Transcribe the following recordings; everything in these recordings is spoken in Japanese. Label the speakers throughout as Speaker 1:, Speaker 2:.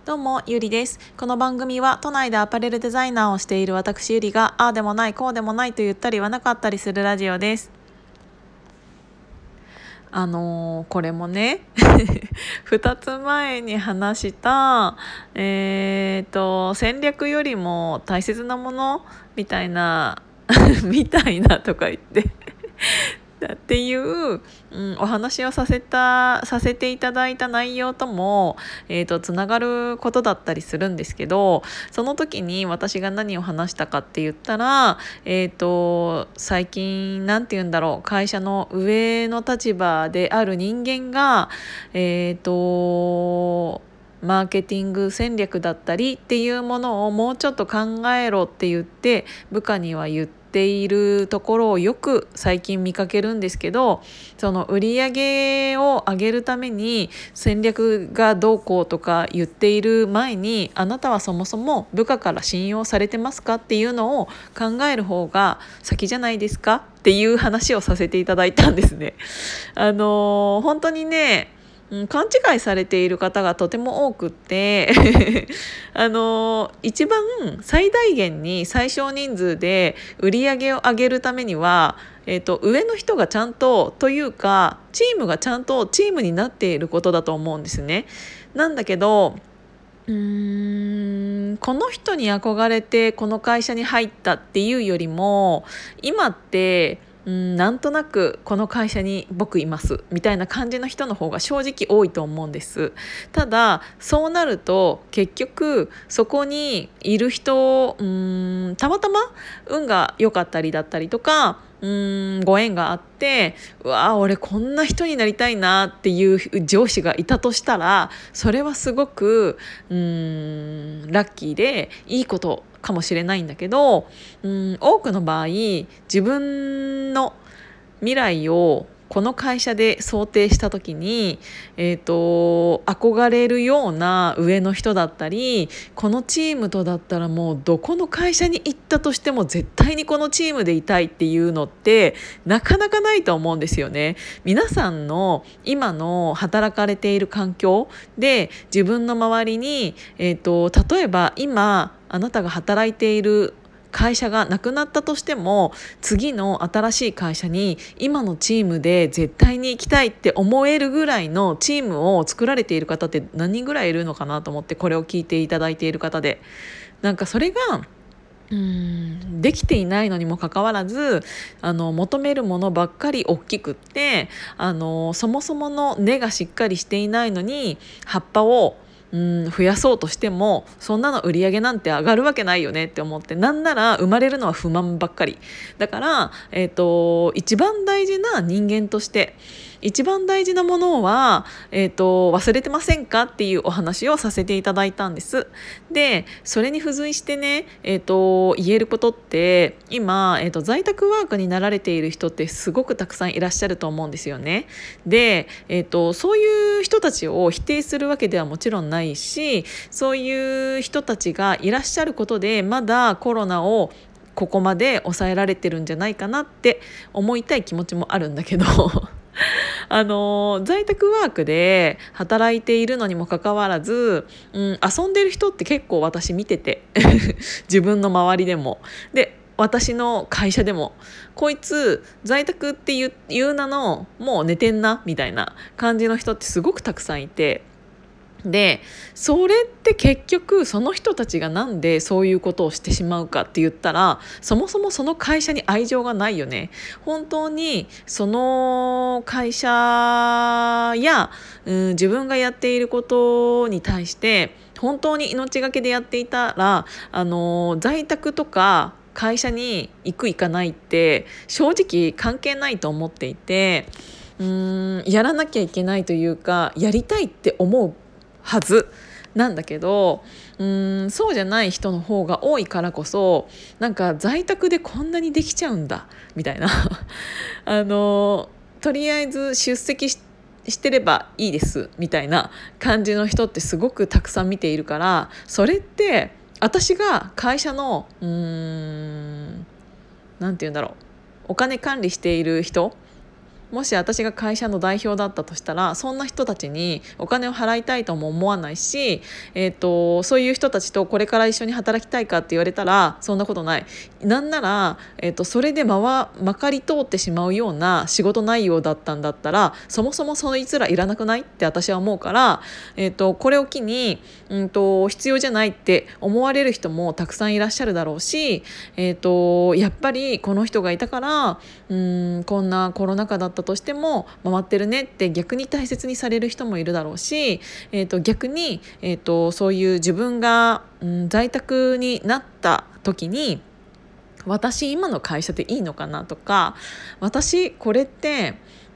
Speaker 1: どうも、ゆりです。この番組は都内でアパレルデザイナーをしている私ゆりが、ああでもない、こうでもないと言ったりはなかったりするラジオです。これもね2つ前に話した、戦略よりも大切なものみたいなみたいなとか言ってっていう、お話をさせていただいた内容とも、つながることだったりするんですけど、その時に私が何を話したかって言ったら、最近なんて言うんだろう、会社の上の立場である人間がマーケティング戦略だったりっていうものをもうちょっと考えろって言って部下には言っているところをよく最近見かけるんですけど、その売り上げを上げるために戦略がどうこうとか言っている前に、あなたはそもそも部下から信用されてますかっていうのを考える方が先じゃないですかっていう話をさせていただいたんですね。本当にね、勘違いされている方がとても多くって一番最大限に最小人数で売り上げを上げるためには、上の人がちゃんとというかチームがちゃんとチームになっていることだと思うんですね。なんだけどこの人に憧れてこの会社に入ったっていうよりも、今ってなんとなくこの会社に僕いますみたいな感じの人の方が正直多いと思うんです。ただそうなると結局そこにいる人たまたま運が良かったりだったりとか、ご縁があって、うわ俺こんな人になりたいなっていう上司がいたとしたら、それはすごくラッキーでいいことかもしれないんだけど、多くの場合自分の未来をこの会社で想定した時に、憧れるような上の人だったり、このチームとだったらもうどこの会社に行ったとしても絶対にこのチームでいたいっていうのってなかなかないと思うんですよね。皆さんの今の働かれている環境で自分の周りに、例えば今あなたが働いている会社がなくなったとしても、次の新しい会社に今のチームで絶対に行きたいって思えるぐらいのチームを作られている方って何人ぐらいいるのかなと思って、これを聞いていただいている方で、なんかそれができていないのにもかかわらず求めるものばっかり大きくって、そもそもの根がしっかりしていないのに葉っぱを増やそうとしてもそんなの売り上げなんて上がるわけないよねって思って、なんなら生まれるのは不満ばっかりだから、一番大事な人間として一番大事なものは、忘れてませんかっていうお話をさせていただいたんです。でそれに付随してね、言えることって今、在宅ワークになられている人ってすごくたくさんいらっしゃると思うんですよね。で、そういう人たちを否定するわけではもちろんないし、そういう人たちがいらっしゃることでまだコロナをここまで抑えられてるんじゃないかなって思いたい気持ちもあるんだけど在宅ワークで働いているのにもかかわらず、遊んでる人って結構私見てて自分の周りでもで私の会社でも、こいつ在宅っていう名のもう寝てんなみたいな感じの人ってすごくたくさんいて、でそれって結局その人たちがなんでそういうことをしてしまうかって言ったら、そもそもその会社に愛情がないよね。本当にその会社や、自分がやっていることに対して本当に命がけでやっていたら、在宅とか会社に行かないって正直関係ないと思っていて、やらなきゃいけないというかやりたいって思うはずなんだけど、そうじゃない人の方が多いからこそ、なんか在宅でこんなにできちゃうんだみたいなとりあえず出席してればいいですみたいな感じの人ってすごくたくさん見ているから、それって私が会社のなんて言うんだろう、お金管理している人もし私が会社の代表だったとしたら、そんな人たちにお金を払いたいとも思わないし、そういう人たちとこれから一緒に働きたいかって言われたらそんなことない。なんなら、それでまかり通ってしまうような仕事内容だったんだったら、そもそもそいつらいらなくないって私は思うから、これを機に、必要じゃないって思われる人もたくさんいらっしゃるだろうし、やっぱりこの人がいたからこんなコロナ禍だったとしても回ってるねって逆に大切にされる人もいるだろうし、逆に、そういう自分が、在宅になった時に私今の会社でいいのかなとか、私これって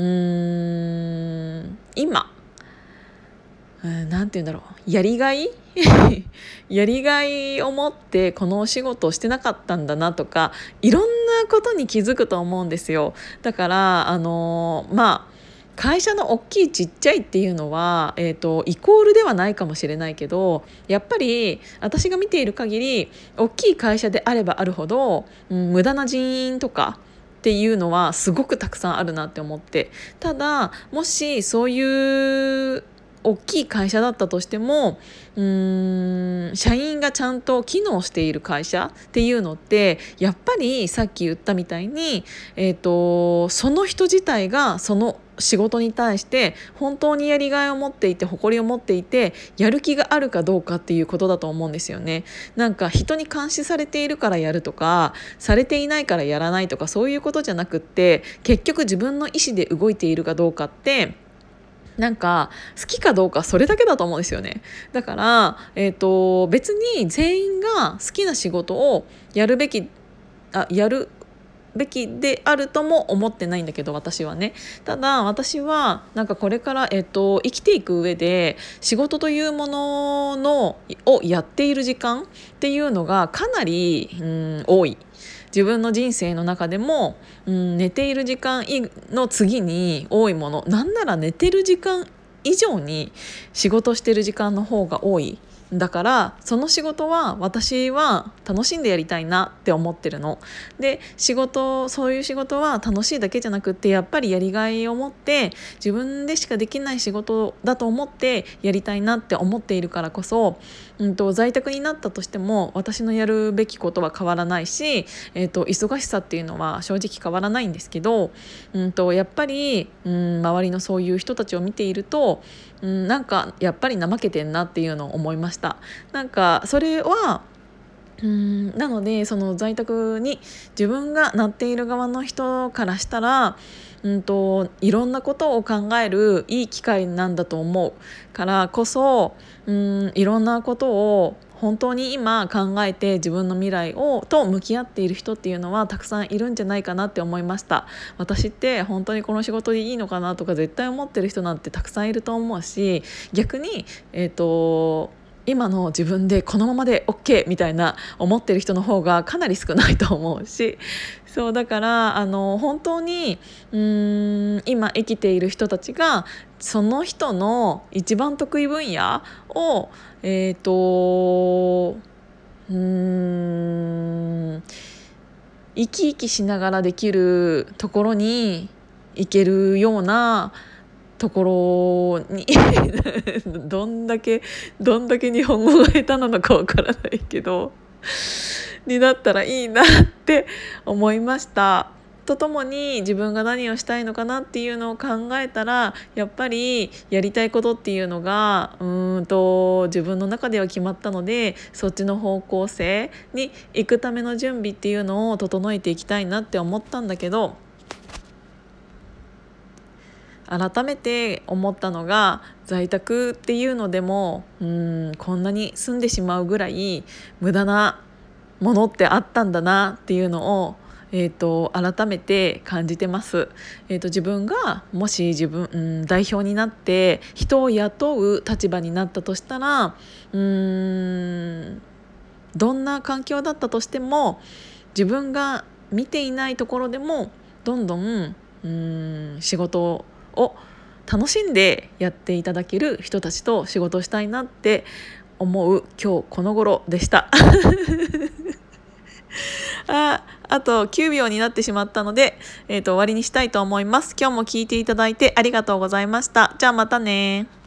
Speaker 1: 今なんて言うんだろう、やりがいやりがいを持ってこのお仕事をしてなかったんだなとか、いろんなことに気づくと思うんですよ。だから会社の大きいちっちゃいっていうのは、イコールではないかもしれないけど、やっぱり私が見ている限り大きい会社であればあるほど、無駄な人員とかっていうのはすごくたくさんあるなって思って、ただもしそういう大きい会社だったとしても社員がちゃんと機能している会社っていうのってやっぱりさっき言ったみたいに、その人自体がその仕事に対して本当にやりがいを持っていて誇りを持っていてやる気があるかどうかっていうことだと思うんですよね。なんか人に監視されているからやるとかされていないからやらないとかそういうことじゃなくって、結局自分の意思で動いているかどうかってなんか好きかどうかそれだけだと思うんですよね。だから、別に全員が好きな仕事をやるべきであるとも思ってないんだけど、私はね。ただ私はなんかこれから、生きていく上で仕事というものをやっている時間っていうのがかなり多い。自分の人生の中でも、寝ている時間の次に多いもの、なんなら寝てる時間以上に仕事してる時間の方が多い。だからその仕事は私は楽しんでやりたいなって思ってるので、そういう仕事は楽しいだけじゃなくってやっぱりやりがいを持って自分でしかできない仕事だと思ってやりたいなって思っているからこそ、在宅になったとしても私のやるべきことは変わらないし、忙しさっていうのは正直変わらないんですけど、やっぱり、周りのそういう人たちを見ていると、なんかやっぱり怠けてんなっていうのを思いました。なんかそれはなのでその在宅に自分がなっている側の人からしたらいろんなことを考えるいい機会なんだと思うからこそ、いろんなことを本当に今考えて自分の未来と向き合っている人っていうのはたくさんいるんじゃないかなって思いました。私って本当にこの仕事でいいのかなとか絶対思ってる人なんてたくさんいると思うし、逆に今の自分でこのままで OK みたいな思ってる人の方がかなり少ないと思うし、そうだから本当に今生きている人たちがその人の一番得意分野を生き生きしながらできるところに行けるようなところにどんだけ日本語が下手なのかわからないけどになったらいいなって思いました。とともに自分が何をしたいのかなっていうのを考えたら、やっぱりやりたいことっていうのが自分の中では決まったので、そっちの方向性に行くための準備っていうのを整えていきたいなって思ったんだけど、改めて思ったのが在宅っていうのでもこんなに済んでしまうぐらい無駄なものってあったんだなっていうのを改めて感じてます。自分がもし代表になって人を雇う立場になったとしたらどんな環境だったとしても自分が見ていないところでもどんどん仕事を楽しんでやっていただける人たちと仕事をしたいなって思う今日この頃でしたあと9秒になってしまったので、終わりにしたいと思います。今日も聞いていただいてありがとうございました。じゃあまたね。